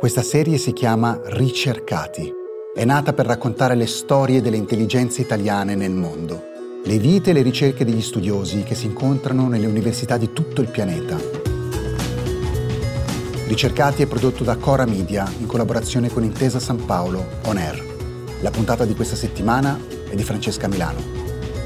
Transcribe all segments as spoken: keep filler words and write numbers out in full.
Questa serie si chiama Ricercati. È nata per raccontare le storie delle intelligenze italiane nel mondo, le vite e le ricerche degli studiosi che si incontrano nelle università di tutto il pianeta. Ricercati è prodotto da Cora Media in collaborazione con Intesa San Paolo On Air. La puntata di questa settimana è di Francesca Milano.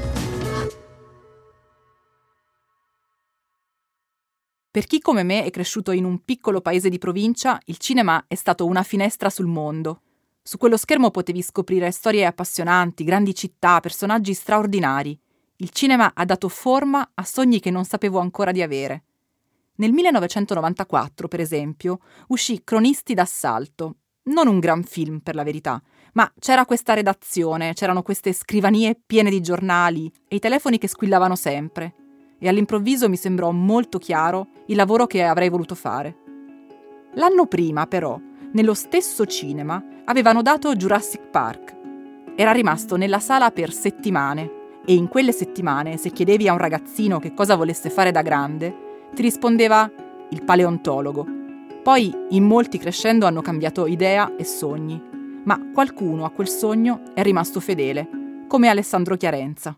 Per chi come me è cresciuto in un piccolo paese di provincia, il cinema è stato una finestra sul mondo. Su quello schermo potevi scoprire storie appassionanti, grandi città, personaggi straordinari. Il cinema ha dato forma a sogni che non sapevo ancora di avere. Nel millenovecentonovantaquattro, per esempio, uscì Cronisti d'assalto. Non un gran film, per la verità, ma c'era questa redazione, c'erano queste scrivanie piene di giornali e i telefoni che squillavano sempre. E all'improvviso mi sembrò molto chiaro il lavoro che avrei voluto fare. L'anno prima, però, nello stesso cinema, avevano dato Jurassic Park. Era rimasto nella sala per settimane e in quelle settimane, se chiedevi a un ragazzino che cosa volesse fare da grande, ti rispondeva il paleontologo. Poi in molti crescendo hanno cambiato idea e sogni, ma qualcuno a quel sogno è rimasto fedele, come Alessandro Chiarenza.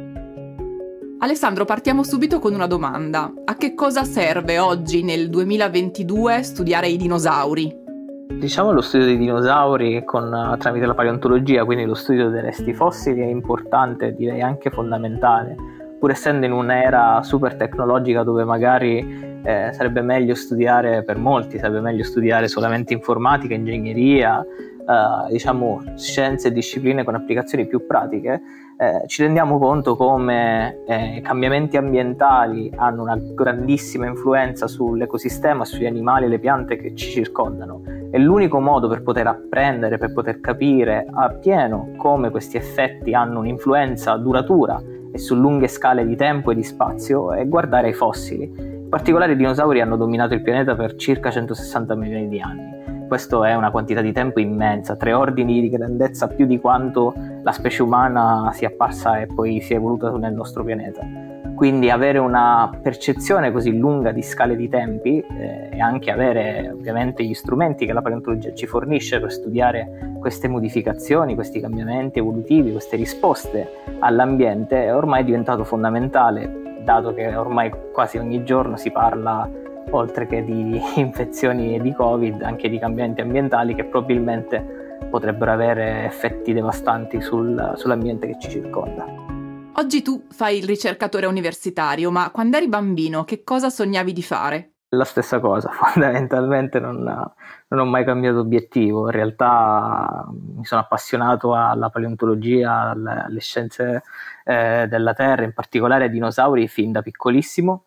Alessandro, partiamo subito con una domanda. A che cosa serve oggi, nel duemilaventidue, studiare i dinosauri? Diciamo lo studio dei dinosauri con, tramite la paleontologia, quindi lo studio dei resti fossili, è importante, direi anche fondamentale, pur essendo in un'era super tecnologica dove magari eh, sarebbe meglio studiare, per molti sarebbe meglio studiare solamente informatica, ingegneria, eh, diciamo scienze e discipline con applicazioni più pratiche. Eh, ci rendiamo conto come eh, cambiamenti ambientali hanno una grandissima influenza sull'ecosistema, sugli animali e le piante che ci circondano, e l'unico modo per poter apprendere, per poter capire appieno come questi effetti hanno un'influenza duratura e su lunghe scale di tempo e di spazio è guardare ai fossili. In particolare i dinosauri hanno dominato il pianeta per circa centosessanta milioni di anni. Questo è una quantità di tempo immensa, tre ordini di grandezza più di quanto la specie umana sia apparsa e poi si è evoluta nel nostro pianeta. Quindi avere una percezione così lunga di scale di tempi eh, e anche avere ovviamente gli strumenti che la paleontologia ci fornisce per studiare queste modificazioni, questi cambiamenti evolutivi, queste risposte all'ambiente è ormai diventato fondamentale, dato che ormai quasi ogni giorno si parla, oltre che di infezioni e di Covid, anche di cambiamenti ambientali che probabilmente potrebbero avere effetti devastanti sul, sull'ambiente che ci circonda. Oggi tu fai il ricercatore universitario, ma quando eri bambino che cosa sognavi di fare? La stessa cosa, fondamentalmente non, non ho mai cambiato obiettivo. In realtà mi sono appassionato alla paleontologia, alle, alle scienze eh, della Terra, in particolare ai dinosauri fin da piccolissimo,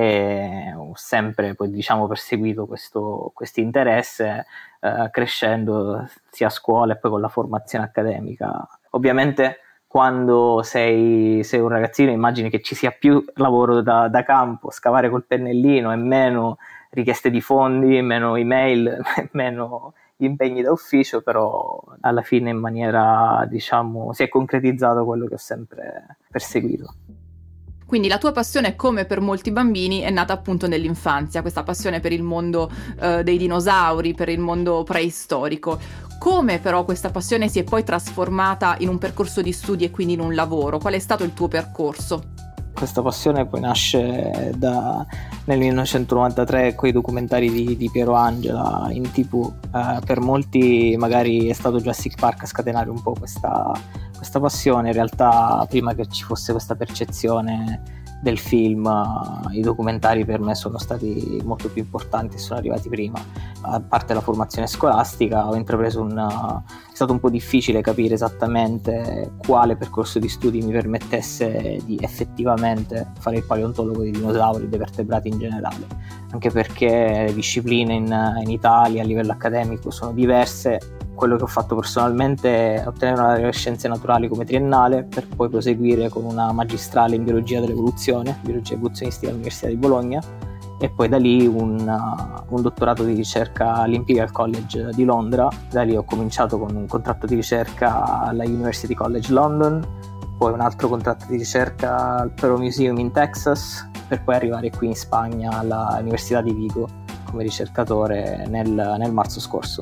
e ho sempre poi diciamo perseguito questo interesse eh, crescendo sia a scuola e poi con la formazione accademica. Ovviamente quando sei, sei un ragazzino immagini che ci sia più lavoro da, da campo, scavare col pennellino e meno richieste di fondi, meno email, meno gli impegni da ufficio, però alla fine in maniera diciamo si è concretizzato quello che ho sempre perseguito. Quindi la tua passione, come per molti bambini, è nata appunto nell'infanzia, questa passione per il mondo eh, dei dinosauri, per il mondo preistorico. Come però questa passione si è poi trasformata in un percorso di studi e quindi in un lavoro? Qual è stato il tuo percorso? Questa passione poi nasce da, nel millenovecentonovantatré con i documentari di, di Piero Angela in tivù. Eh, per molti magari è stato Jurassic Park a scatenare un po' questa, questa passione. In realtà prima che ci fosse questa percezione del film, i documentari per me sono stati molto più importanti e sono arrivati prima. A parte la formazione scolastica ho intrapreso un è stato un po' difficile capire esattamente quale percorso di studi mi permettesse di effettivamente fare il paleontologo dei dinosauri, dei vertebrati in generale, anche perché le discipline in, in Italia a livello accademico sono diverse. Quello che ho fatto personalmente è ottenere una laurea in scienze naturali come triennale per poi proseguire con una magistrale in biologia dell'evoluzione, biologia evoluzionistica all'Università di Bologna, e poi da lì un, uh, un dottorato di ricerca all'Imperial College di Londra. Da lì ho cominciato con un contratto di ricerca alla University College London, poi un altro contratto di ricerca al Perot Museum in Texas, per poi arrivare qui in Spagna all'Università di Vigo, come ricercatore nel, nel marzo scorso.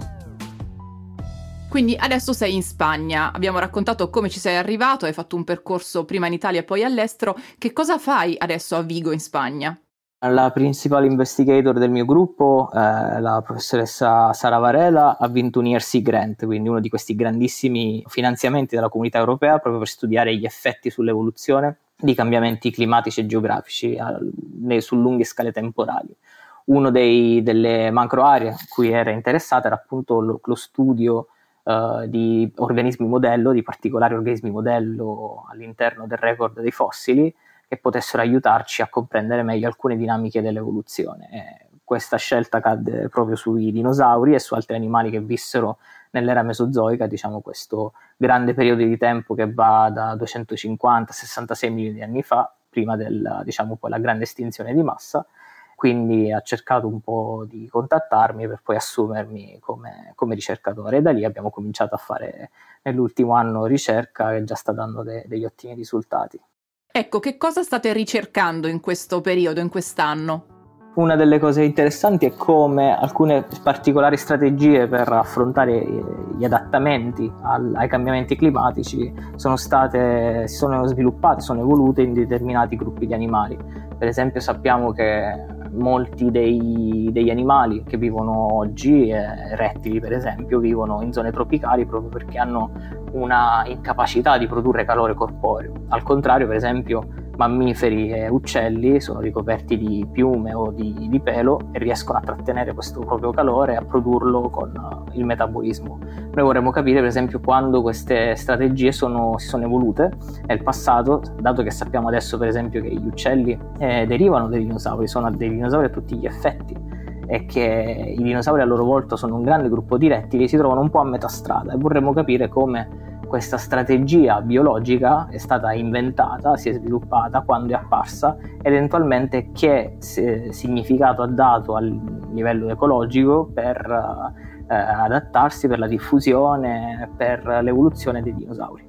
Quindi adesso sei in Spagna, abbiamo raccontato come ci sei arrivato, hai fatto un percorso prima in Italia e poi all'estero. Che cosa fai adesso a Vigo in Spagna? La principal investigator del mio gruppo, eh, la professoressa Sara Varela, ha vinto un E R C grant, quindi uno di questi grandissimi finanziamenti della comunità europea proprio per studiare gli effetti sull'evoluzione di cambiamenti climatici e geografici eh, su lunghe scale temporali. Uno dei, delle macro aree a cui era interessata era appunto lo, lo studio Uh, di organismi modello, di particolari organismi modello all'interno del record dei fossili che potessero aiutarci a comprendere meglio alcune dinamiche dell'evoluzione. E questa scelta cadde proprio sui dinosauri e su altri animali che vissero nell'era mesozoica, diciamo questo grande periodo di tempo che va da duecentocinquanta a sessantasei milioni di anni fa, prima del, diciamo, poi la grande estinzione di massa. Quindi ha cercato un po' di contattarmi per poi assumermi come, come ricercatore, e da lì abbiamo cominciato a fare nell'ultimo anno ricerca che già sta dando de- degli ottimi risultati. Ecco, che cosa state ricercando in questo periodo, in quest'anno? Una delle cose interessanti è come alcune particolari strategie per affrontare gli adattamenti al, ai cambiamenti climatici sono state, si sono sviluppate, sono evolute in determinati gruppi di animali. Per esempio sappiamo che molti dei, degli animali che vivono oggi, eh, rettili per esempio, vivono in zone tropicali proprio perché hanno una incapacità di produrre calore corporeo. Al contrario, per esempio, mammiferi e uccelli sono ricoperti di piume o di, di pelo e riescono a trattenere questo proprio calore e a produrlo con uh, il metabolismo. Noi vorremmo capire per esempio quando queste strategie sono, si sono evolute nel passato, dato che sappiamo adesso per esempio che gli uccelli eh, derivano dai dinosauri, sono dei dinosauri a tutti gli effetti, e che i dinosauri a loro volta sono un grande gruppo di rettili, si trovano un po' a metà strada, e vorremmo capire come questa strategia biologica è stata inventata, si è sviluppata, quando è apparsa, ed eventualmente che significato ha dato a livello ecologico per eh, adattarsi, per la diffusione, per l'evoluzione dei dinosauri.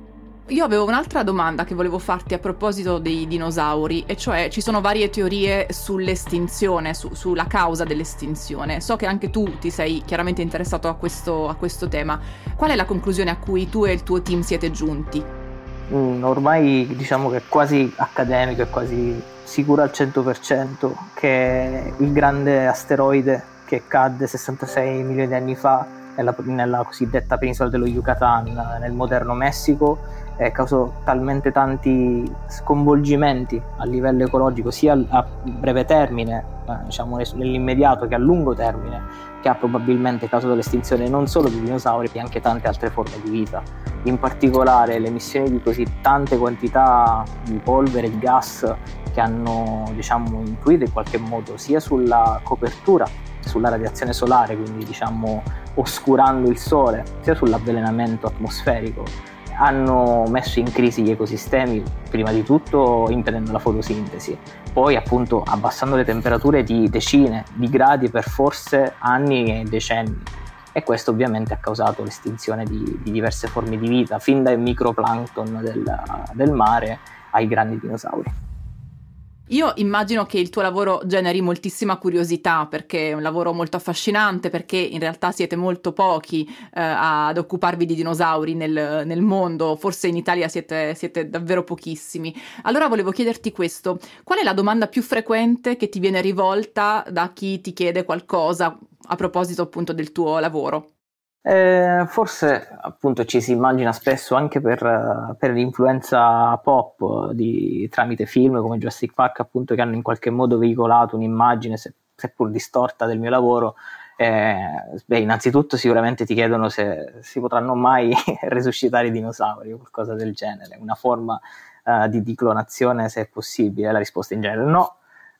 Io avevo un'altra domanda che volevo farti a proposito dei dinosauri, e cioè ci sono varie teorie sull'estinzione, su, sulla causa dell'estinzione. So che anche tu ti sei chiaramente interessato a questo, a questo tema. Qual è la conclusione a cui tu e il tuo team siete giunti? Mm, ormai diciamo che è quasi accademico, è quasi sicuro al cento per cento che il grande asteroide che cadde sessantasei milioni di anni fa nella, nella cosiddetta penisola dello Yucatan nel moderno Messico eh, causò talmente tanti sconvolgimenti a livello ecologico, sia a breve termine, eh, diciamo nell'immediato, che a lungo termine, che ha probabilmente causato l'estinzione non solo di dinosauri, ma anche tante altre forme di vita. In particolare l'emissione di così tante quantità di polvere e gas che hanno, diciamo, influito in qualche modo sia sulla copertura, sulla radiazione solare, quindi diciamo oscurando il sole, sia sull'avvelenamento atmosferico, hanno messo in crisi gli ecosistemi, prima di tutto impedendo la fotosintesi, poi appunto abbassando le temperature di decine di gradi per forse anni e decenni, e questo ovviamente ha causato l'estinzione di, di diverse forme di vita, fin dai microplancton del, del mare ai grandi dinosauri. Io immagino che il tuo lavoro generi moltissima curiosità, perché è un lavoro molto affascinante, perché in realtà siete molto pochi eh, ad occuparvi di dinosauri nel, nel mondo, forse in Italia siete, siete davvero pochissimi. Allora volevo chiederti questo: qual è la domanda più frequente che ti viene rivolta da chi ti chiede qualcosa a proposito appunto del tuo lavoro? Eh, forse appunto ci si immagina spesso anche per, per l'influenza pop di, tramite film come Jurassic Park, appunto, che hanno in qualche modo veicolato un'immagine se, seppur distorta del mio lavoro. Eh, beh, innanzitutto sicuramente ti chiedono se si potranno mai resuscitare i dinosauri o qualcosa del genere, una forma uh, di diclonazione se è possibile. La risposta in genere è no,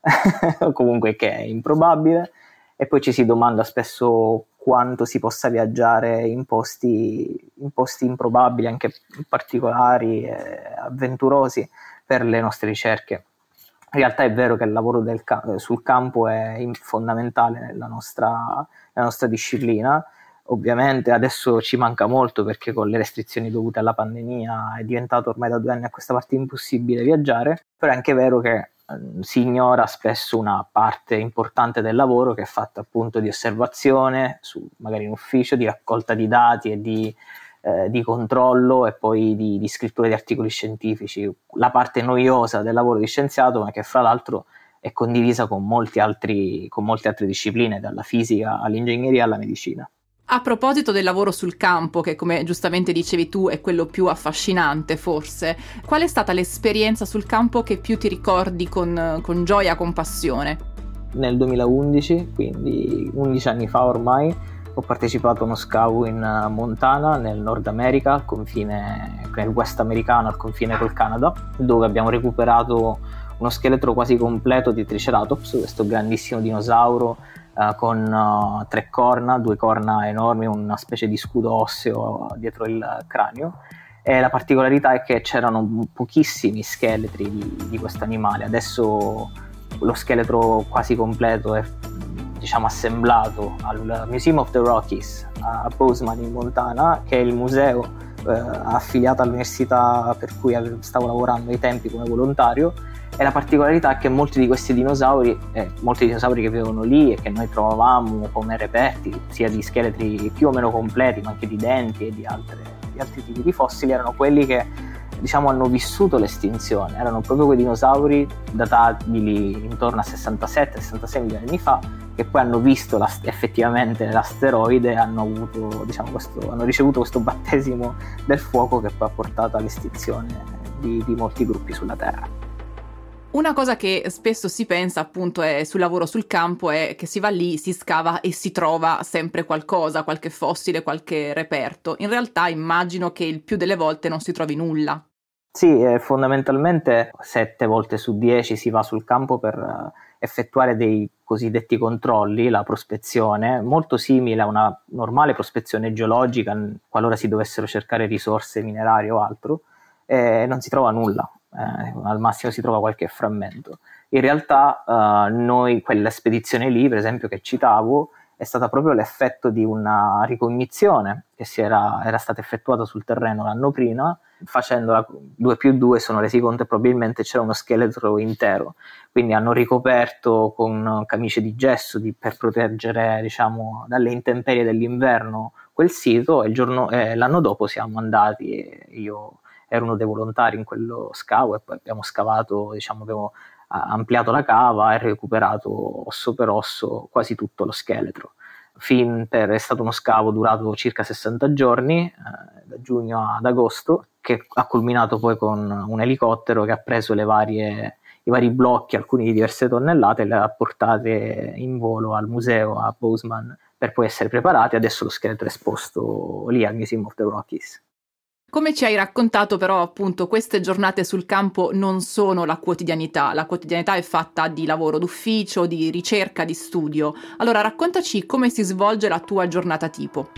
o comunque che è improbabile. E poi ci si domanda spesso quanto si possa viaggiare in posti, in posti improbabili, anche particolari e avventurosi per le nostre ricerche. In realtà è vero che il lavoro del, sul campo è fondamentale nella nostra, nella nostra disciplina. Ovviamente adesso ci manca molto, perché con le restrizioni dovute alla pandemia è diventato ormai da due anni a questa parte impossibile viaggiare, però è anche vero che si ignora spesso una parte importante del lavoro che è fatta appunto di osservazione, su, magari in ufficio, di raccolta di dati e di, eh, di controllo e poi di, di scrittura di articoli scientifici, la parte noiosa del lavoro di scienziato, ma che fra l'altro è condivisa con molti altri, con molte altre discipline, dalla fisica all'ingegneria alla medicina. A proposito del lavoro sul campo, che come giustamente dicevi tu è quello più affascinante forse, qual è stata l'esperienza sul campo che più ti ricordi con, con gioia, con passione? Nel duemilaundici, quindi undici anni fa ormai, ho partecipato a uno scavo in Montana, nel Nord America, al confine, nel West americano, al confine col Canada, dove abbiamo recuperato uno scheletro quasi completo di Triceratops, questo grandissimo dinosauro uh, con uh, tre corna, due corna enormi, una specie di scudo osseo dietro il cranio. E la particolarità è che c'erano pochissimi scheletri di, di questo animale. Adesso lo scheletro quasi completo è, diciamo, assemblato al Museum of the Rockies a Bozeman in Montana, che è il museo eh, affiliato all'università per cui stavo lavorando ai tempi come volontario. E la particolarità è che molti di questi dinosauri, eh, molti dinosauri che vivevano lì e che noi trovavamo come reperti, sia di scheletri più o meno completi, ma anche di denti e di, altre, di altri tipi di fossili, erano quelli che, diciamo, hanno vissuto l'estinzione. Erano proprio quei dinosauri databili intorno a sessantasette sessantasei milioni di anni fa, che poi hanno visto la, effettivamente l'asteroide e hanno, avuto, diciamo, questo, hanno ricevuto questo battesimo del fuoco che poi ha portato all'estinzione di, di molti gruppi sulla Terra. Una cosa che spesso si pensa appunto è sul lavoro sul campo è che si va lì, si scava e si trova sempre qualcosa, qualche fossile, qualche reperto. In realtà immagino che il più delle volte non si trovi nulla. Sì, eh, fondamentalmente sette volte su dieci si va sul campo per uh, effettuare dei cosiddetti controlli, la prospezione, molto simile a una normale prospezione geologica qualora si dovessero cercare risorse minerarie o altro, e non si trova nulla. Eh, al massimo si trova qualche frammento. In realtà eh, noi, quella spedizione lì, per esempio, che citavo, è stata proprio l'effetto di una ricognizione che si era, era stata effettuata sul terreno l'anno prima. Facendola due più due sono resi conto che probabilmente c'era uno scheletro intero, quindi hanno ricoperto con camicie di gesso di, per proteggere, diciamo, dalle intemperie dell'inverno quel sito, e il giorno, eh, l'anno dopo siamo andati e io ero uno dei volontari in quello scavo e poi abbiamo scavato, diciamo, abbiamo ampliato la cava e recuperato osso per osso quasi tutto lo scheletro. Fin per, è stato uno scavo durato circa sessanta giorni, eh, da giugno ad agosto, che ha culminato poi con un elicottero che ha preso le varie, i vari blocchi, alcuni di diverse tonnellate, e le ha portate in volo al museo a Bozeman per poi essere preparati. Adesso lo scheletro è esposto lì al Museum of the Rockies. Come ci hai raccontato, però, appunto, queste giornate sul campo non sono la quotidianità. La quotidianità è fatta di lavoro d'ufficio, di ricerca, di studio. Allora, raccontaci come si svolge la tua giornata tipo.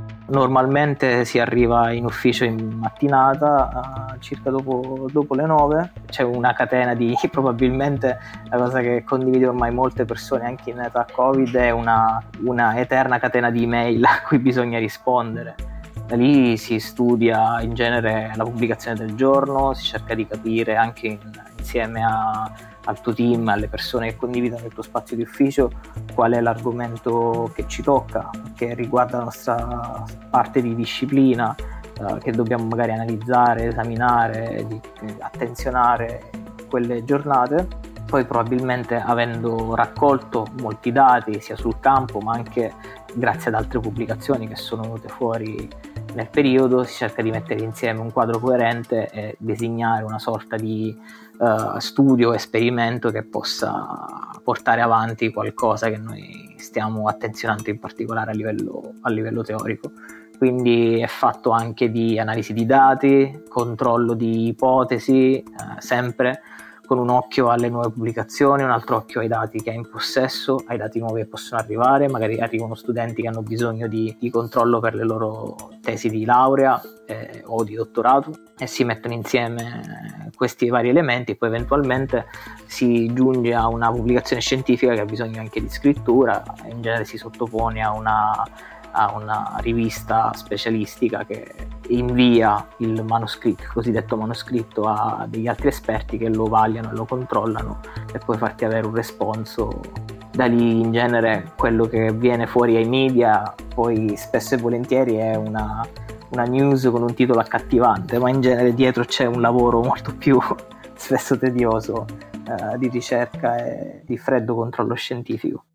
Normalmente si arriva in ufficio in mattinata, uh, circa dopo, dopo le nove. C'è una catena di, probabilmente la cosa che condivide ormai molte persone anche in età Covid, è una, una eterna catena di email a cui bisogna rispondere. Da lì si studia in genere la pubblicazione del giorno, si cerca di capire anche in, insieme a, al tuo team, alle persone che condividono il tuo spazio di ufficio, qual è l'argomento che ci tocca, che riguarda la nostra parte di disciplina, eh, che dobbiamo magari analizzare, esaminare, di, di attenzionare quelle giornate. Poi probabilmente, avendo raccolto molti dati sia sul campo ma anche grazie ad altre pubblicazioni che sono venute fuori nel periodo, si cerca di mettere insieme un quadro coerente e disegnare una sorta di uh, studio, esperimento che possa portare avanti qualcosa che noi stiamo attenzionando in particolare a livello, a livello teorico. Quindi è fatto anche di analisi di dati, controllo di ipotesi, eh, sempre con un occhio alle nuove pubblicazioni, un altro occhio ai dati che hai in possesso, ai dati nuovi che possono arrivare. Magari arrivano studenti che hanno bisogno di, di controllo per le loro tesi di laurea eh, o di dottorato, e si mettono insieme questi vari elementi e poi eventualmente si giunge a una pubblicazione scientifica che ha bisogno anche di scrittura. In genere si sottopone a una a una rivista specialistica che invia il manoscritto, il cosiddetto manoscritto, a degli altri esperti che lo vagliano e lo controllano per poi farti avere un responso. Da lì in genere quello che viene fuori ai media poi spesso e volentieri è una, una news con un titolo accattivante, ma in genere dietro c'è un lavoro molto più spesso tedioso eh, di ricerca e di freddo controllo scientifico.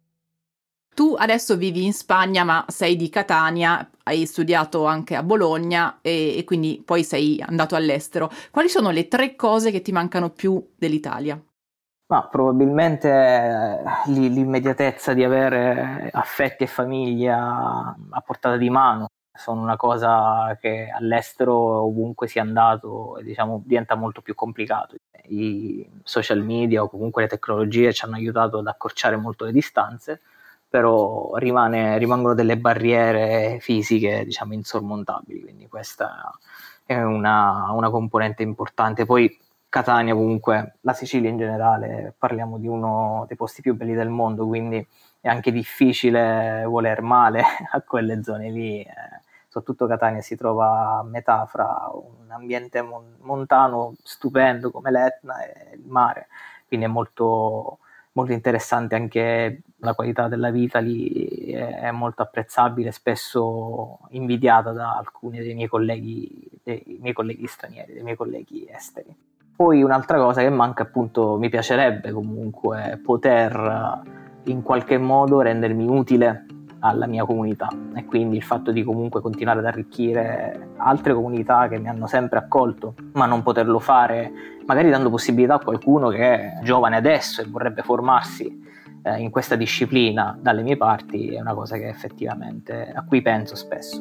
Tu adesso vivi in Spagna, ma sei di Catania, hai studiato anche a Bologna e, e quindi poi sei andato all'estero. Quali sono le tre cose che ti mancano più dell'Italia? Ma probabilmente eh, l'immediatezza di avere affetti e famiglia a portata di mano sono una cosa che all'estero, ovunque sia andato, diciamo, diventa molto più complicato. I social media o comunque le tecnologie ci hanno aiutato ad accorciare molto le distanze, però rimane, rimangono delle barriere fisiche, diciamo, insormontabili, quindi questa è una, una componente importante. Poi Catania, comunque, la Sicilia in generale, parliamo di uno dei posti più belli del mondo, quindi è anche difficile voler male a quelle zone lì, eh, soprattutto Catania si trova a metà fra un ambiente mon- montano stupendo come l'Etna e il mare, quindi è molto... molto interessante, anche la qualità della vita lì è molto apprezzabile, spesso invidiata da alcuni dei miei colleghi, dei miei colleghi stranieri, dei miei colleghi esteri. Poi un'altra cosa che manca, appunto, mi piacerebbe comunque poter in qualche modo rendermi utile alla mia comunità, e quindi il fatto di comunque continuare ad arricchire altre comunità che mi hanno sempre accolto, ma non poterlo fare magari dando possibilità a qualcuno che è giovane adesso e vorrebbe formarsi eh, in questa disciplina dalle mie parti, è una cosa che effettivamente a cui penso spesso.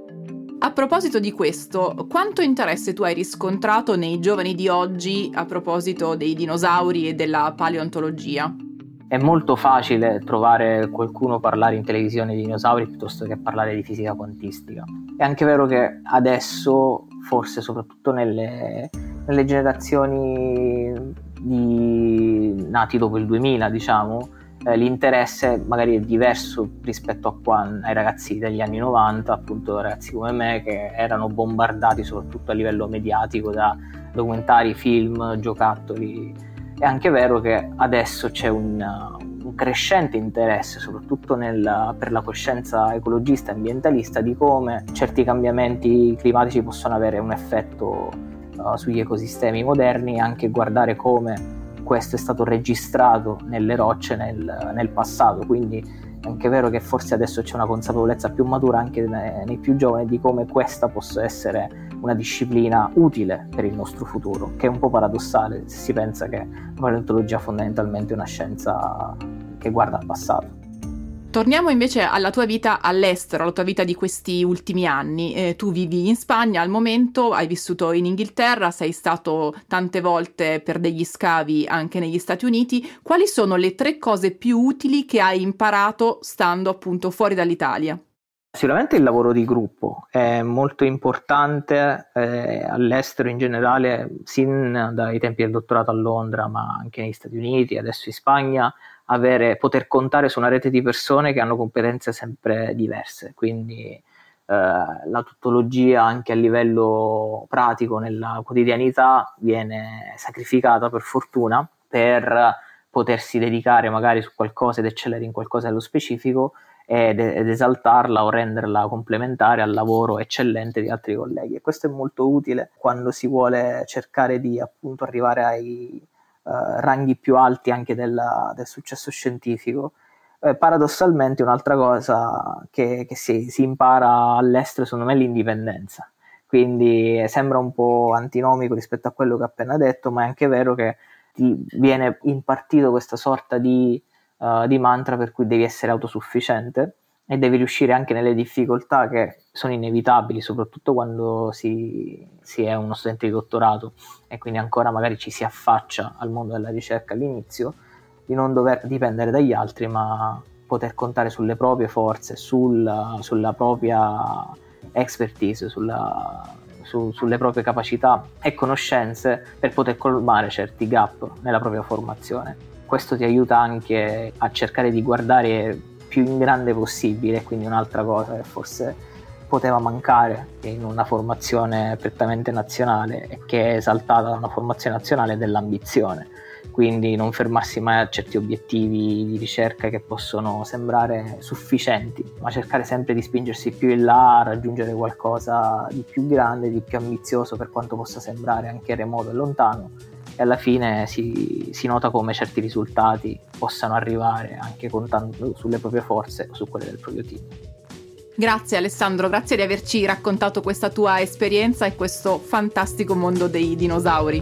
A proposito di questo, quanto interesse tu hai riscontrato nei giovani di oggi a proposito dei dinosauri e della paleontologia? È molto facile trovare qualcuno parlare in televisione di dinosauri piuttosto che parlare di fisica quantistica. È anche vero che adesso, forse soprattutto nelle, nelle generazioni di, nati dopo il duemila, diciamo, eh, l'interesse magari è diverso rispetto a quando, ai ragazzi degli anni novanta, appunto ragazzi come me, che erano bombardati soprattutto a livello mediatico da documentari, film, giocattoli. È anche vero che adesso c'è un, un crescente interesse, soprattutto nel, per la coscienza ecologista e ambientalista, di come certi cambiamenti climatici possono avere un effetto uh, sugli ecosistemi moderni, e anche guardare come questo è stato registrato nelle rocce nel, nel passato. Quindi è anche vero che forse adesso c'è una consapevolezza più matura anche nei, nei più giovani di come questa possa essere una disciplina utile per il nostro futuro, che è un po' paradossale se si pensa che la paleontologia fondamentalmente è una scienza che guarda al passato. Torniamo invece alla tua vita all'estero, alla tua vita di questi ultimi anni. Eh, tu vivi in Spagna al momento, hai vissuto in Inghilterra, sei stato tante volte per degli scavi anche negli Stati Uniti. Quali sono le tre cose più utili che hai imparato stando appunto fuori dall'Italia? Sicuramente il lavoro di gruppo è molto importante eh, all'estero in generale, sin dai tempi del dottorato a Londra, ma anche negli Stati Uniti, adesso in Spagna, avere, poter contare su una rete di persone che hanno competenze sempre diverse, quindi eh, la tuttologia anche a livello pratico nella quotidianità viene sacrificata per fortuna per potersi dedicare magari su qualcosa ed eccellere in qualcosa nello specifico ed, ed esaltarla o renderla complementare al lavoro eccellente di altri colleghi, e questo è molto utile quando si vuole cercare di appunto arrivare ai Uh, ranghi più alti anche della, del successo scientifico. Eh, paradossalmente un'altra cosa che, che si, si impara all'estero secondo me è l'indipendenza, quindi eh, sembra un po' antinomico rispetto a quello che ho appena detto, ma è anche vero che ti viene impartito questa sorta di, uh, di mantra per cui devi essere autosufficiente e devi riuscire anche nelle difficoltà che sono inevitabili, soprattutto quando si, si è uno studente di dottorato e quindi ancora magari ci si affaccia al mondo della ricerca all'inizio, di non dover dipendere dagli altri, ma poter contare sulle proprie forze, sulla, sulla propria expertise, sulla, su, sulle proprie capacità e conoscenze per poter colmare certi gap nella propria formazione. Questo ti aiuta anche a cercare di guardare più in grande possibile, quindi un'altra cosa che forse poteva mancare in una formazione prettamente nazionale e che è esaltata da una formazione nazionale dell'ambizione, quindi non fermarsi mai a certi obiettivi di ricerca che possono sembrare sufficienti, ma cercare sempre di spingersi più in là, a raggiungere qualcosa di più grande, di più ambizioso, per quanto possa sembrare anche remoto e lontano, e alla fine si, si nota come certi risultati possano arrivare anche contando sulle proprie forze o su quelle del proprio team. Grazie Alessandro, grazie di averci raccontato questa tua esperienza e questo fantastico mondo dei dinosauri.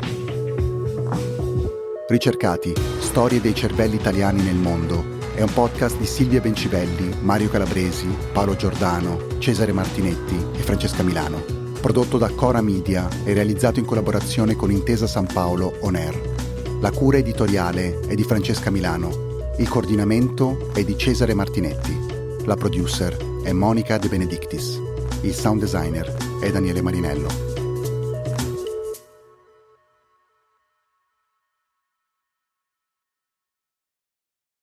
Ricercati, storie dei cervelli italiani nel mondo è un podcast di Silvia Bencivelli, Mario Calabresi, Paolo Giordano, Cesare Martinetti e Francesca Milano. Prodotto da Cora Media e realizzato in collaborazione con Intesa San Paolo On Air. La cura editoriale è di Francesca Milano. Il coordinamento è di Cesare Martinetti. La producer è Monica De Benedictis. Il sound designer è Daniele Marinello.